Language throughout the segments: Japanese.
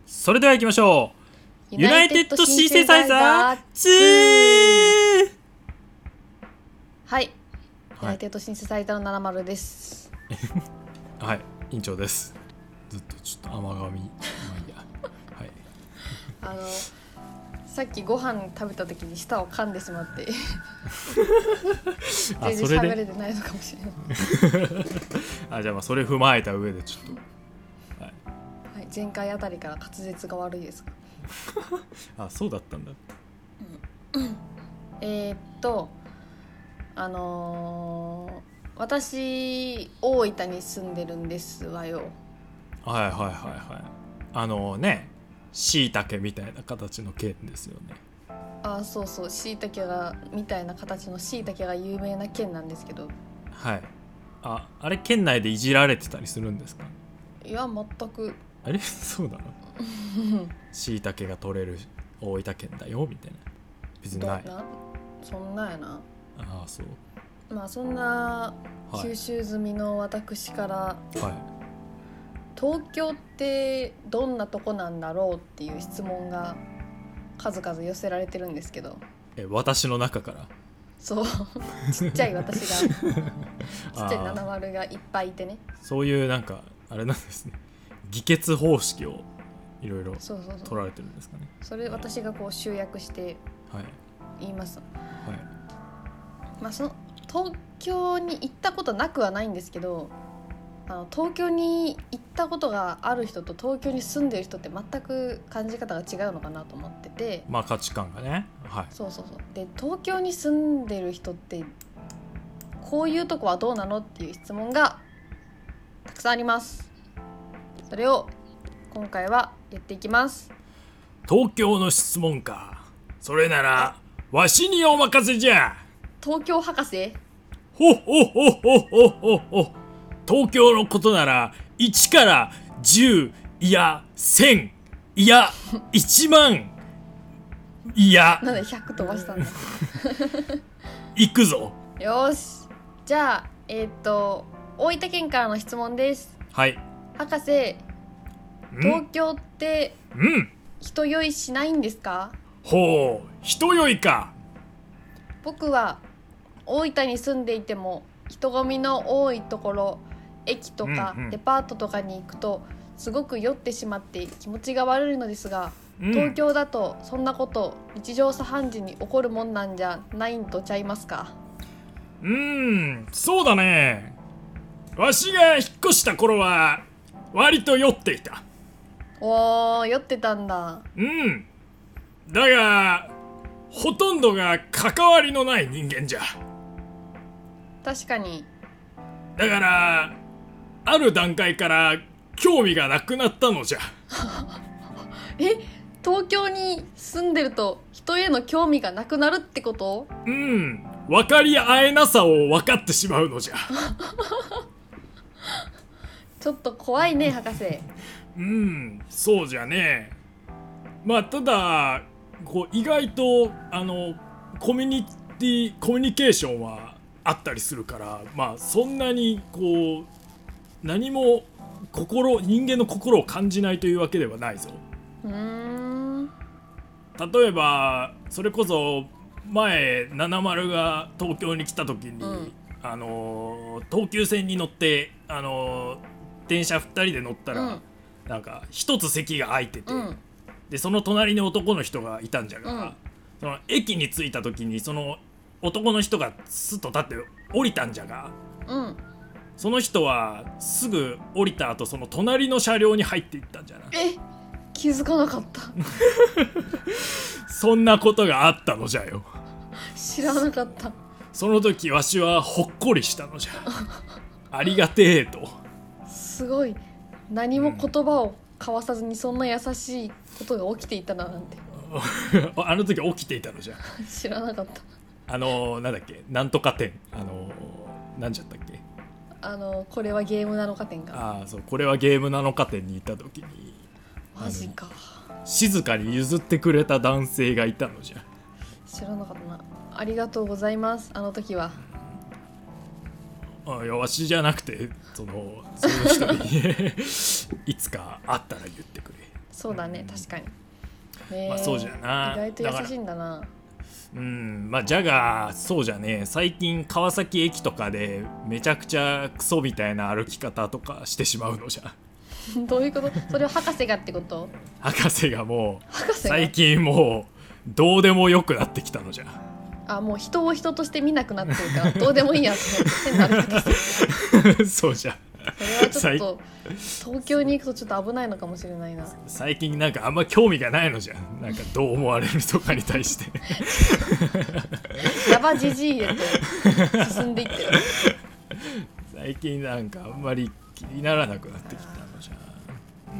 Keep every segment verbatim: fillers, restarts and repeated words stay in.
それでは行きましょう。ユナイテッドシンセサイザーツー。 はい、ユナイテッドシンセサイザーのななじゅうですはい、委員長です。ずっとちょっと甘噛みまあいいやはい。 あのさっきご飯食べた時に舌を噛んでしまって全然喋れてないのかもしれないあ、じゃあまあそれ踏まえた上でちょっと、はいはい、前回あたりから滑舌が悪いですかあ、そうだったんだ、 うん、えー、っとあのー、私大分に住んでるんですわよ。 はいはいはいはい。あのね、しいたけみたいな形の県ですよね。 あ、そうそう、しいたけがみたいな形のしいたけが有名な県なんですけど。 はい。あ、あれ県内でいじられてたりするんですか？ いや全く。 あれそうなの？しいたけが取れる大分県だよみたいな。別にない。 なそんなやな。 ああ、そう。 まあそんな九州済みの私から、はい、東京ってどんなとこなんだろうっていう質問が数々寄せられてるんですけど。 え、私の中から？ そうちっちゃい私がちっちゃいななじゅうがいっぱいいてね。 そういうなんかあれなんですね、議決方式をいろいろ取られてるんですかね。 それ私がこう集約して言います、はいはい。まあ、その東京に行ったことなくはないんですけど、あの東京に行ったことがある人と東京に住んでる人って全く感じ方が違うのかなと思ってて、 まあ価値観がね、はい、 そうそうそう。で東京に住んでる人ってこういうとこはどうなのっていう質問がたくさんあります。それを今回はやっていきます。 東京の質問か。それならわしにお任せじゃ。 東京博士。 ほほほほほほほ。東京のことならいちからじゅう、いやせん、いやいちまん、いやなんでひゃく飛ばしたんだ行くぞ。 よし、じゃあえっと大分県からの質問です。 はい。 博士、東京って人酔いしないんですか？ ほう、人酔いか。 僕は大分に住んでいても人混みの多いところ、駅とかデパートとかに行くとすごく酔ってしまって気持ちが悪いのですが、うん、東京だとそんなこと日常茶飯事に起こるもんなんじゃないんとちゃいますか？ うーん、そうだね。わしが引っ越した頃は割と酔っていた。 おー、酔ってたんだ。 うん。だがほとんどが関わりのない人間じゃ。 確かに。 だからある段階から興味がなくなったのじゃえ、東京に住んでると人への興味がなくなるってこと？ うん、分かり合えなさを分かってしまうのじゃちょっと怖いね、博士。 うん、そうじゃね。まあただこう意外とあのコミュニティコミュニケーションはあったりするから、まあそんなにこう何も心人間の心を感じないというわけではないぞ。 うーん。 例えばそれこそ前ななじゅうが東京に来た時に、うん、あの東急線に乗ってあの電車ふたりで乗ったら、うん、なんか一つ席が空いてて、うん、でその隣に男の人がいたんじゃが、うん、その駅に着いた時にその男の人がスッと立って降りたんじゃが、うん、その人はすぐ降りた後その隣の車両に入っていったんじゃな。 え、気づかなかったそんなことがあったのじゃよ。 知らなかった。 その時わしはほっこりしたのじゃありがてえと。 すごい、何も言葉を交わさずにそんな優しいことが起きていたななんてあの時起きていたのじゃ知らなかった。 あのなんだっけ、なんとか店、あのなんじゃったっけ、 あのこれはゲームなのか店か。 ああ、そう、これはゲームなのか店に行った時にマジか、 静かに譲ってくれた男性がいたのじゃ。 知らなかったな。ありがとうございます。あの時は。 あ、いや、わしじゃなくてそのそういう人にいつか会ったら言ってくれ。 そうだね、確かに、ね、 まあそうじゃな。 意外と優しいんだな。 うんまあジャガーそうじゃねえ、最近川崎駅とかでめちゃくちゃクソみたいな歩き方とかしてしまうのじゃどういうこと？それを博士がってこと？ 博士がもう博士が最近もうどうでもよくなってきたのじゃ。 あ、もう人を人として見なくなってるからどうでもいいやって変な歩き方してるそうじゃ。 それはちょっと東京に行くとちょっと危ないのかもしれないな。 最近なんかあんま興味がないのじゃん、なんかどう思われるとかに対してヤバジジイへと進んでいってる最近なんかあんまり気にならなくなってきたのじゃ、うん、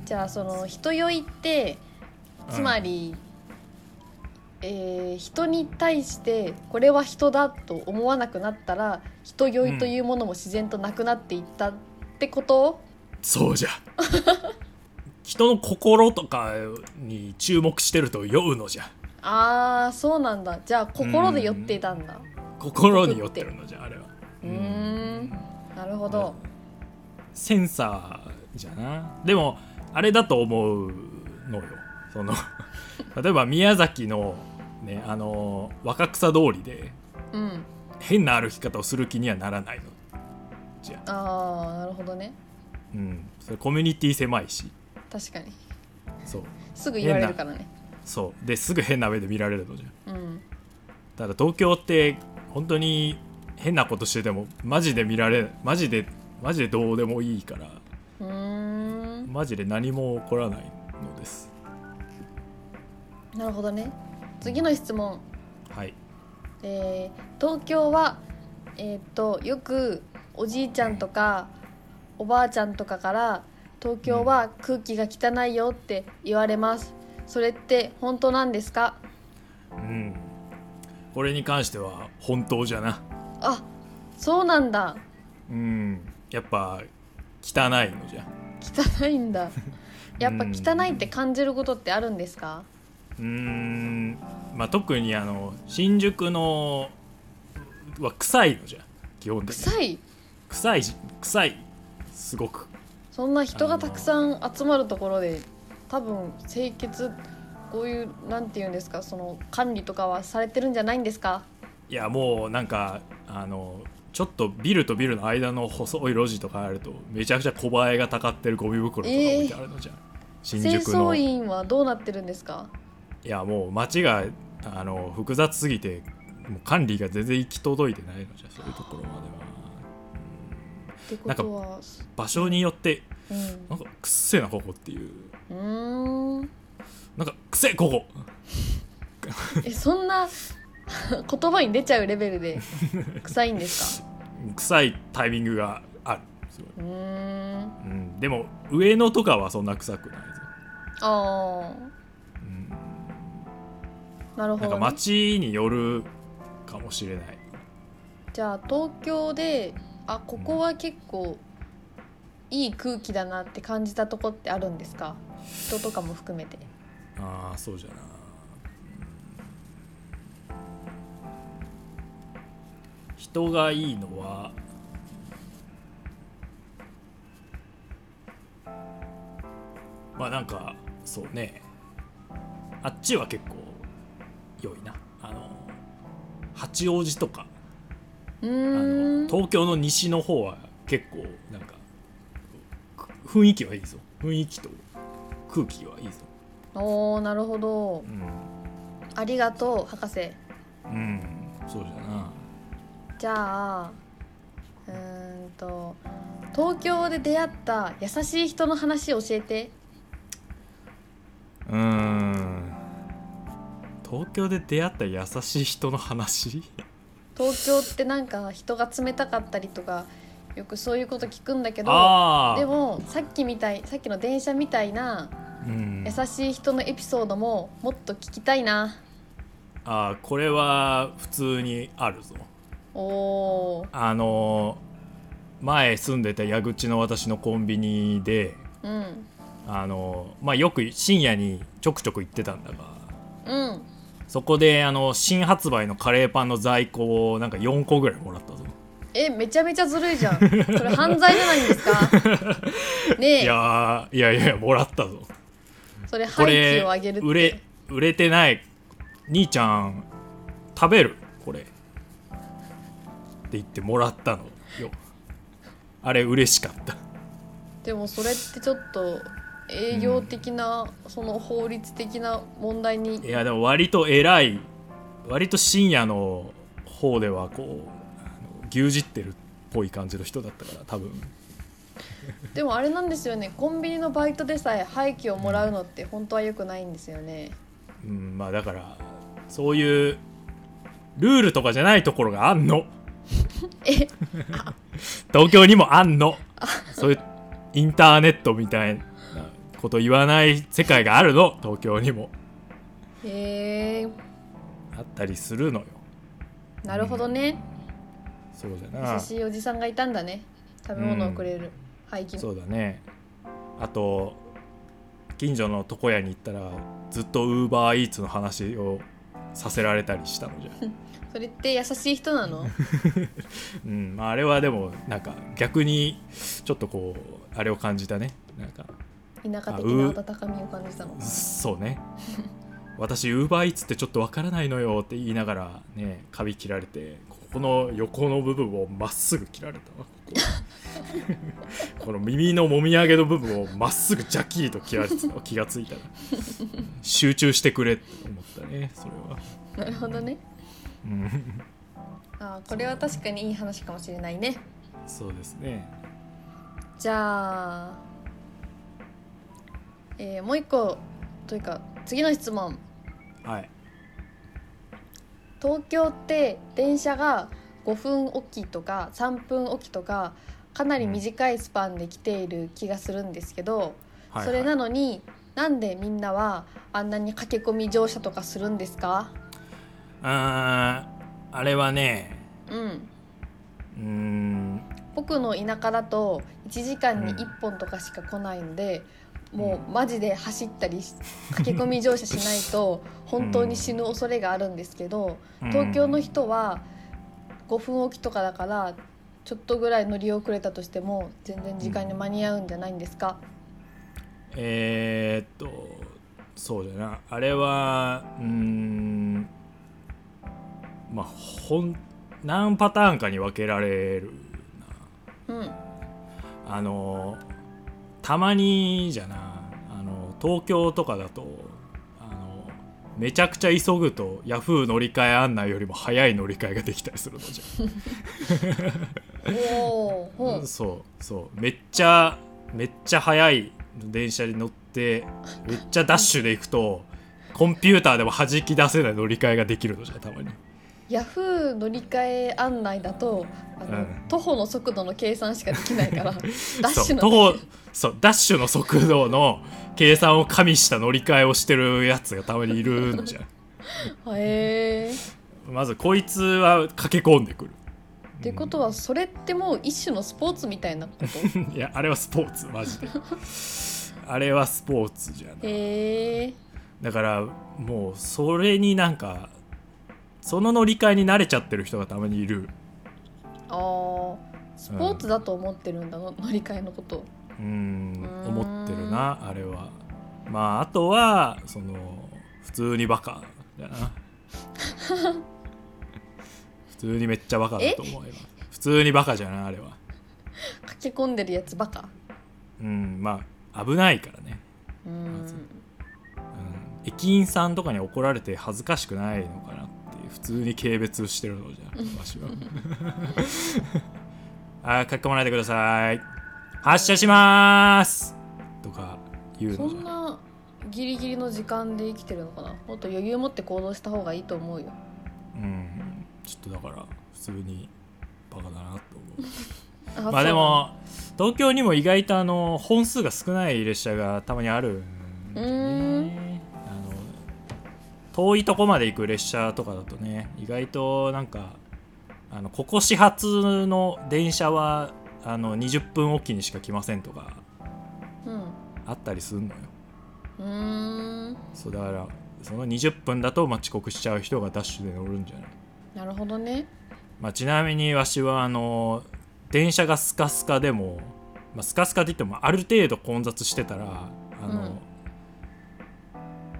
じゃあその人酔いってつまり、うんえー、人に対してこれは人だと思わなくなったら人酔いというものも自然となくなっていったってこと、 うん、そうじゃ人の心とかに注目してると酔うのじゃ。 あーそうなんだ。じゃあ心で酔っていたんだ。 心に酔ってるのじゃあれは。 うーんなるほど。 センサーじゃな。でもあれだと思うのよ、その例えば宮崎のね、あの若草通りで、うん、変な歩き方をする気にはならないのじゃあ。あーなるほどね。 うんそれコミュニティ狭いし。 確かに。 そうすぐ言われるからね。 そうですぐ変な目で見られるのじゃ、うん、ただ東京って本当に変なことしててもマジで見られマジでマジでどうでもいいから、うーんマジで何も起こらないのです。 なるほどね。次の質問、 はいえー、東京は、えー、っとよくおじいちゃんとかおばあちゃんとかから東京は空気が汚いよって言われます。それって本当なんですか？ うん、これに関しては本当じゃな。 あ、そうなんだ。 うんやっぱ汚いのじゃ。 汚いんだ。やっぱ汚いって感じることってあるんですか？ うーんまあ特にあの新宿のは臭いのじゃ基本的に。 臭い臭い臭いすごく。 そんな人がたくさん集まるところで多分清潔こういうなんていうんですか、その管理とかはされてるんじゃないんですか？ いやもうなんかあのちょっとビルとビルの間の細い路地とかあるとめちゃくちゃ小映えがたかってるゴミ袋とか置いてあるのじゃ、えー、新宿の清掃員はどうなってるんですか？ いやもう街があの複雑すぎてもう管理が全然行き届いてないのじゃ、そういうところまでは、 うん、ってことはなんか場所によって、うん、なんかくっせえなここっていう、うーんなんかくせえここえそんな言葉に出ちゃうレベルで臭いんですか？ 臭いタイミングがある。すごい。うーん、うん、でも上野とかはそんな臭くないぞ。ああ、うん、なるほど、ね、なんか街によるかもしれない。 じゃあ東京であここは結構いい空気だなって感じたとこってあるんですか？人とかも含めて。 ああそうじゃな。人がいいのはまあなんかそうね、あっちは結構良いな。あの八王子とかうーんあの東京の西の方は結構なんか雰囲気はいいぞ。雰囲気と空気はいいぞ。 おーなるほど、うん、ありがとう博士。 うんそうじゃな。 じゃあうーんと東京で出会った優しい人の話教えて。 うーん東京で出会った優しい人の話東京ってなんか人が冷たかったりとかよくそういうこと聞くんだけど、でもさっきみたいさっきの電車みたいな優しい人のエピソードももっと聞きたいな。 あこれは普通にあるぞ。おあの前住んでた矢口の私のコンビニで、うん、あのまあよく深夜にちょくちょく行ってたんだが、うん、そこであの新発売のカレーパンの在庫をなんかよんこぐらいもらったぞ。 えめちゃめちゃずるいじゃん。それ犯罪じゃないんですか？ねえ。 いやいやいやもらったぞ。 それ廃棄をあげるって売れ売れてない兄ちゃん食べるこれって言ってもらったのよ。あれ嬉しかった。 でもそれってちょっと営業的な、うん、その法律的な問題に。 いやでも割と偉い割と深夜の方ではこう牛耳ってるっぽい感じの人だったから多分。 でもあれなんですよね、コンビニのバイトでさえ廃棄をもらうのって本当は良くないんですよね。 うん、うん、まあだからそういうルールとかじゃないところがあんのえ東京にもあんのそういうインターネットみたいなこと言わない世界があるの東京にも。 へえ、 あったりするのよ。 なるほどね、 うん、そうじゃな。 優しいおじさんがいたんだね、食べ物をくれる、うん、廃棄。 そうだね。あと近所の床屋に行ったらずっとウーバーイーツの話をさせられたりしたのじゃそれって優しい人なの？ うん、まあ、あれはでもなんか逆にちょっとこうあれを感じたね。なんか田舎的な温かみを感じたの。 そうね私ウーバーイーツってちょっとわからないのよって言いながらね、髪切られてここの横の部分をまっすぐ切られたわ。こここの耳のもみあげの部分をまっすぐジャキーと切られてた。気がついたら集中してくれって思ったね、それは。 なるほどねあ、これは確かにいい話かもしれないね。 そうですね。 じゃあ、えー、もう一個というか次の質問。 はい。 東京って電車がごふんおきとかさんぷんおきとかかなり短いスパンで来ている気がするんですけど、はいはい、それなのになんでみんなはあんなに駆け込み乗車とかするんですか？ あー、あれはね、 うん、 うーん僕の田舎だといちじかんにいっぽんとかしか来ないので、うん、もうマジで走ったり駆け込み乗車しないと本当に死ぬ恐れがあるんですけど、うん、東京の人はごふんおきとかだからちょっとぐらい乗り遅れたとしても全然時間に間に合うんじゃないんですか？ うん、えー、っとそうだな、あれはうーんまあほん何パターンかに分けられるな、うん、あのたまにじゃな、あの東京とかだとあのめちゃくちゃ急ぐとヤフー乗り換え案内よりも早い乗り換えができたりするのじゃおーそうそうめっちゃめっちゃ早い電車に乗ってめっちゃダッシュで行くとコンピューターでも弾き出せない乗り換えができるのじゃたまに。 ヤフー乗り換え案内だとあの、うん、徒歩の速度の計算しかできないからダッシュのそう徒歩そうダッシュの速度の計算を加味した乗り換えをしてるやつがたまにいるのじゃんへー。 まずこいつは駆け込んでくるってことはそれってもう一種のスポーツみたいなこといやあれはスポーツマジであれはスポーツじゃない。 へー。 だからもうそれになんかその乗り換えに慣れちゃってる人がたまにいる。 あー、スポーツだと思ってるんだ、うん、乗り換えのこと。 うーん思ってるなあれは。まああとはその普通にバカだな普通にめっちゃバカだと思います。普通にバカじゃないあれは。 駆け込んでるやつバカ。 うんまあ危ないからね。うん、まず、うん、駅員さんとかに怒られて恥ずかしくないのかなって普通に軽蔑してるのじゃわしはあ、書き込まないでください、発車しまーすとか言うのじゃ。 そんなギリギリの時間で生きてるのかな。もっと余裕持って行動した方がいいと思うよ。 うんちょっとだから普通にバカだなと思うまあでも東京にも意外とあの本数が少ない列車がたまにあるんで、ね、うーんあの遠いとこまで行く列車とかだとね意外となんかあのここ始発の電車はあのにじゅっぷんおきにしか来ませんとか、うん、あったりするのよ。うーんそうだからそのにじゅっぷんだとまあ遅刻しちゃう人がダッシュで乗るんじゃない。 なるほどね。 まあ、ちなみにわしはあの電車がスカスカでも、まあ、スカスカって言ってもある程度混雑してたらあの、うん、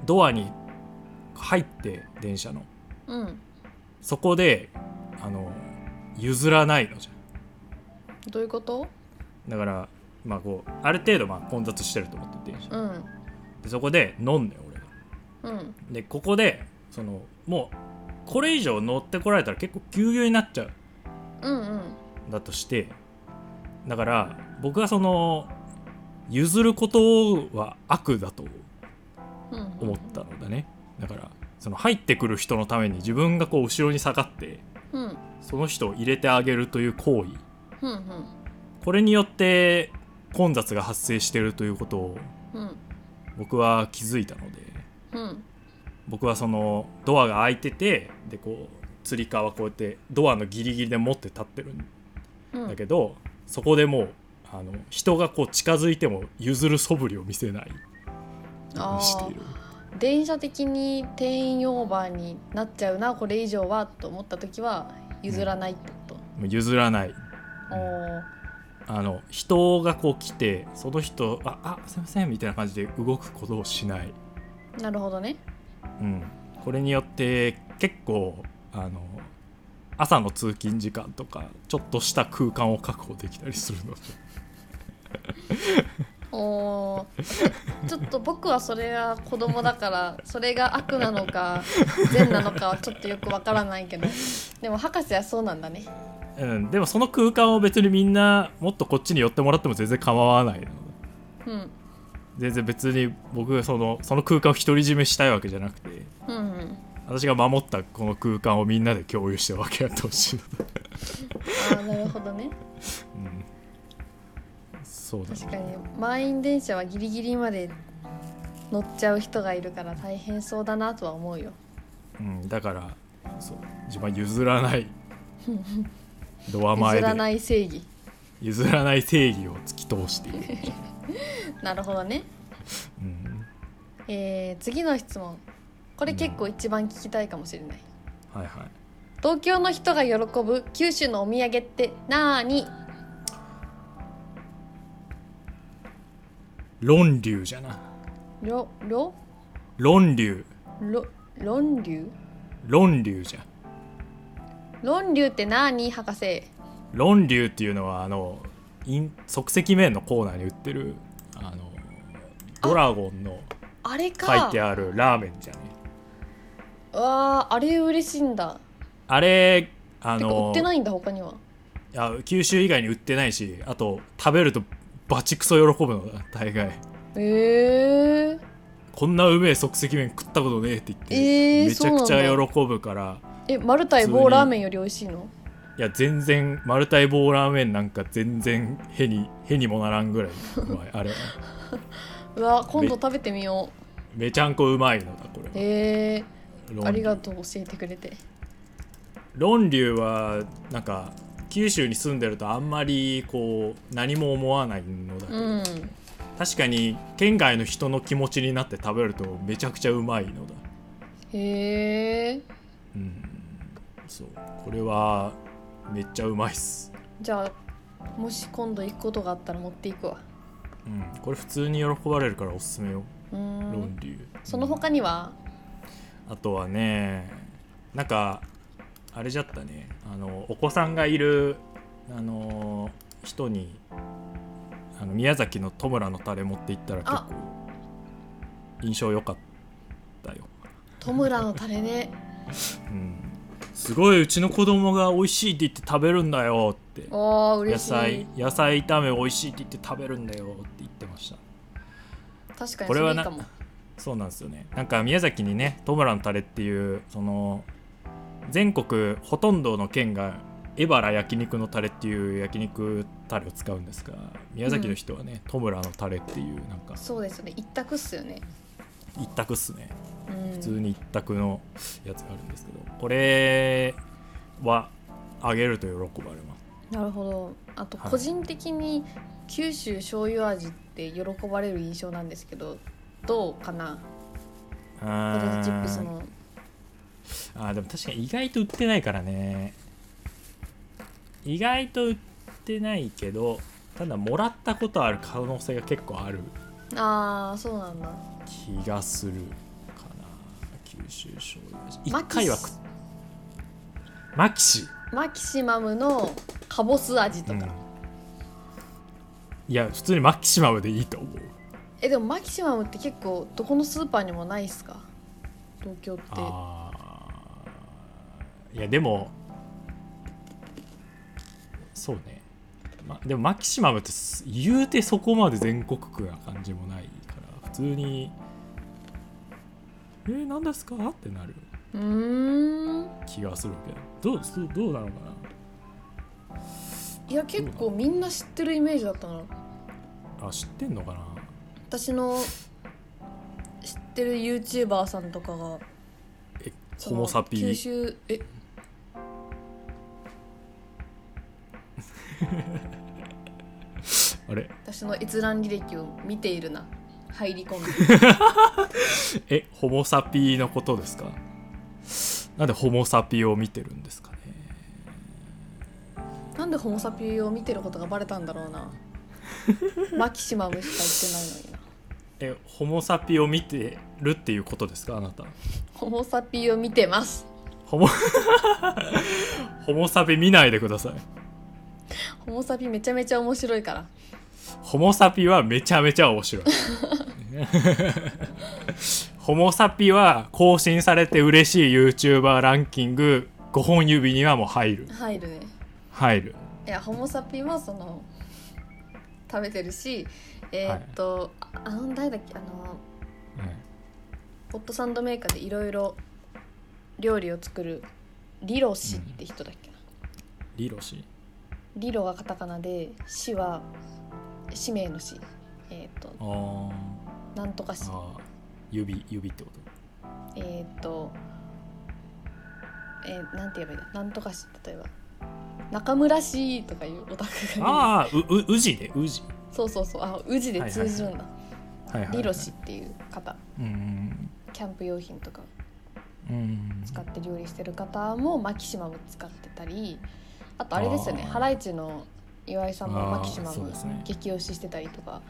ドアに入って電車のうんそこであの譲らないのじどういうことゃん。だからまあこうある程度まあ混雑してると思って電車、 うんでそこで飲んで俺がうんでここでそのもうこれ以上乗ってこられたら結構ぎゅうぎゅうになっちゃううんうんだとして、だから僕はその譲ることは悪だとうんうん思ったのだね。だからその入ってくる人のために自分がこう後ろに下がってうんその人を入れてあげるという行為、 うんうんこれによって混雑が発生しているということをうん僕は気づいたので、 うん僕はそのドアが開いててでこうつり革こうやってドアのギリギリで持って立ってるんうんだけど、そこでもうあの人がこう近づいても譲る素振りを見せないようにしている。 電車的に定員オーバーになっちゃうなこれ以上はと思った時は譲らないってこもう譲らない。 と、おーあの人がこう来てその人ああすいませんみたいな感じで動くことをしない、 なるほどね。 うん、これによって結構あの朝の通勤時間とかちょっとした空間を確保できたりするのでおーちょっと僕はそれは子供だからそれが悪なのか善なのかはちょっとよくわからないけど、でも博士はそうなんだね。 うん、でもその空間を別にみんなもっとこっちに寄ってもらっても全然構わないので、 うん全然別に僕がそのその空間を独り占めしたいわけじゃなくて、 うんうん私が守ったこの空間をみんなで共有して分け合ってほしいのでああなるほどね。 うんそうだね。 確かに満員電車はギリギリまで乗っちゃう人がいるから大変そうだなとは思うよ。 うん、だからそう自分は譲らないドア前で譲らない正義。 譲らない正義を突き通している、 なるほどね。 うん、 えー、次の質問、これ結構一番聞きたいかもしれない。 はいはい。 東京の人が喜ぶ九州のお土産ってなーに？ 論流じゃな。 りょりょ論流ろ論流論流じゃ。 論流ってなーに博士？ 論流っていうのはあのイン即席麺のコーナーに売ってるあのドラゴンのあれか。 書いてあるラーメンじゃね。 わーあれ嬉しいんだ。 あれあてか売のってないんだ他には。 いや九州以外に売ってないし、あと食べるとバチクソ喜ぶのだ大概。 えー、 こんなうめえ即席麺食ったことねえって言って、 えーめちゃくちゃそうなん喜ぶから。 えマルタイ棒ラーメンより美味しいの？ いや全然マルタイ棒ラーメンなんか全然へにへにもならんぐらいうまいあれはうわ今度食べてみよめちゃんこうまいのだこれは。 う。えー、 論ありがとう教えてくれて。 論流はなんか九州に住んでるとあんまりこう何も思わないのだけど、 うん確かに県外の人の気持ちになって食べるとめちゃくちゃうまいのだ。 へえ。 うんそうこれはめっちゃうまいっす。 じゃあもし今度行くことがあったら持っていくわ。 うんこれ普通に喜ばれるからおすすめよ。 うーん論流。 その他には？ あとはねなんかあれじゃったね、あのお子さんがいるあの人にあの宮崎の戸村のタレ持って行ったら結構印象良かったよ。 戸村のタレね。 うん、すごいうちの子供が美味しいって言って食べるんだよって。 あー野嬉しい。 菜野菜炒め美味しいって言って食べるんだよって言ってました。 確かにこれはいなそれいかも。 そうなんですよね。なんか宮崎にね戸村のタレっていうその全国ほとんどの県がエバラ焼肉のタレっていう焼肉タレを使うんですが、宮崎の人はね、うん、戸村のタレっていうなんかそうですよね一択っすよね。 一択っすね、 うん、 普通に一択のやつがあるんですけど、これはあげると喜ばれます。 なるほど。あとはい個人的に九州醤油味って喜ばれる印象なんですけどどうかな。ポテトチップスのあでも確かに意外と売ってないからね。意外と売ってないけどただもらったことある可能性が結構あるあーそうなんだ。 気がするか州醤油味いっかいは食っマキシマキシマムのカボス味とか、うん、 いや普通にマキシマムでいいと思う。 えでもマキシマムって結構どこのスーパーにもないっすか、東京って。 あいやでもそうね、ま、でもマキシマムって言うてそこまで全国区な感じもないから普通にえー、何ですかってなるうーん気がするけど、どうどうなのかな。 いや結構みんな知ってるイメージだったな。 あ知ってんのかな。 私の知ってる YouTuber さんとかがえホモサピ九州えあれ私の閲覧履歴を見ているな、入り込んでえホモサピのことですか。なんでホモサピを見てるんですかね。 なんでホモサピを見てることがバレたんだろうなマキシマムしか言ってないのにな。 えホモサピを見てるっていうことですかあなた。 ホモサピを見てます。 ホモホモサピ見ないでください。 ホモサピめちゃめちゃ面白いから。 ホモサピはめちゃめちゃ面白いホモサピは更新されて嬉しい YouTuber ランキングごほん指にはもう入る入るね入る。 いやホモサピもその食べてるしえー、っと、はい、あの誰だっけあの、はい、ホットサンドメーカーでいろいろ料理を作るリロシって人だっけな、 うん、リロシリロがカタカナでシは氏名の氏えー、っとなんとか氏指指ってこと。 えー、っとえー、なんて言えばいいんだなんとか氏例えば中村氏とかいうオタクがいる。 ああうう宇治で宇治そうそうそうあ宇治で通じるんだ、 はいはいはい、 リロシっていう方、 うんキャンプ用品とかうん使って料理してる方もマキシマム使ってたり、あとあれですよねハライチの岩井さんもマキシマム激推ししてたりとか、 はい、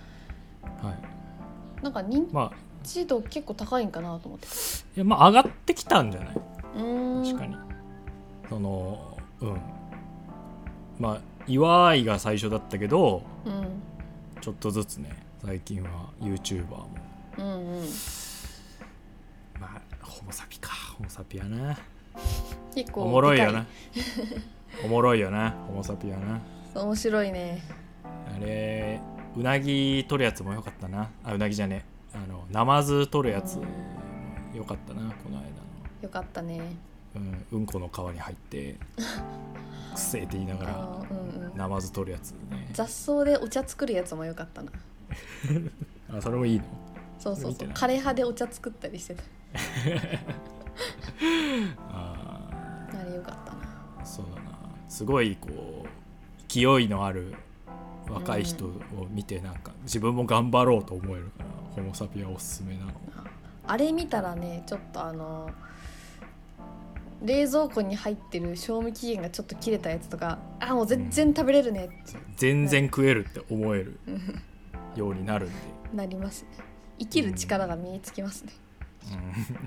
なんか認知度結構高いんかなと思って、まあ、 いやまあ上がってきたんじゃない。 うーん確かにそのうんまあ岩井が最初だったけど、 うん、 ちょっとずつね最近は YouTuber もうんうんまあホモサピかホモサピやな結構おもろいよなおもろいよなホモサピはな面白いね。 あれうなぎ取るやつもよかったなあうなぎじゃねあのナマズ取るやつもよかったなこの間のよかったね、 うん、うんこの皮に入ってくせえって言いながら、うんうん、ナマズ取るやつね。 雑草でお茶作るやつもよかったなあそれもいいの。 そうそうそう枯れ葉でお茶作ったりしてたああれよかったな。 そうだなすごいこう勢いのある若い人を見てなんか自分も頑張ろうと思えるからホモサピはおすすめなの。 あれ見たらねちょっとあの冷蔵庫に入ってる賞味期限がちょっと切れたやつとかあもう全然食べれるねって、 うん、全然食えるって思えるようになるんでなりますね。生きる力が身につきますね、 うん、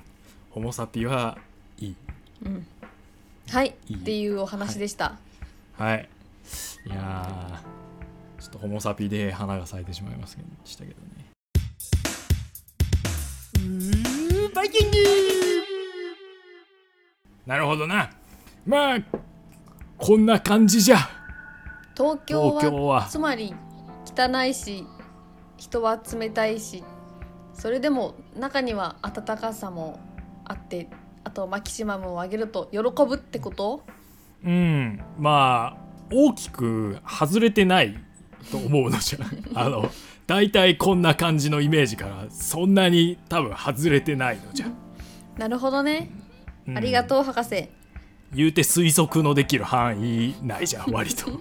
ホモサピはいい、 うん、はいいいっていうお話でした。 はい、はい、いやちょっとホモサピで花が咲いてしまいましたけどね。うーバイキングなるほどな。まあこんな感じじゃ。 東京は、東京はつまり汚いし人は冷たいしそれでも中には温かさもあってあとマキシマムをあげると喜ぶってこと？ うんまあ大きく外れてないと思うのじゃあのだいたいこんな感じのイメージからそんなに多分外れてないのじゃ。 なるほどね、うん、ありがとう博士。 言うて推測のできる範囲ないじゃん割と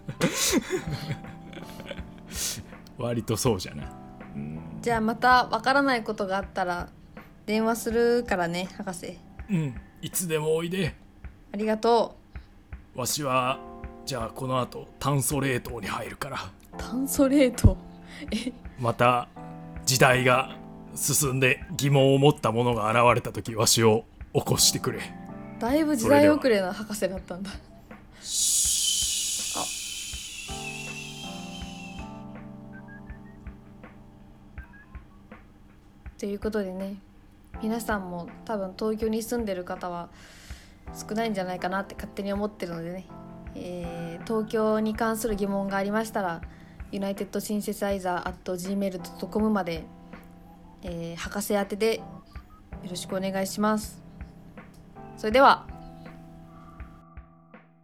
割とそうじゃない、うん、 じゃあまたわからないことがあったら電話するからね博士。 うんいつでもおいで。 ありがとう。わしはじゃあこの後炭素冷凍に入るから。 炭素冷凍えまた時代が進んで疑問を持った者が現れた時わしを起こしてくれ。 だいぶ時代遅れの博士だったんだ。あということでね、皆さんも多分東京に住んでる方は少ないんじゃないかなって勝手に思ってるのでね、えー、東京に関する疑問がありましたら ユナイテッドシンセサイザー アット ジーメール ドット コム まで、えー、博士宛てでよろしくお願いします。それでは。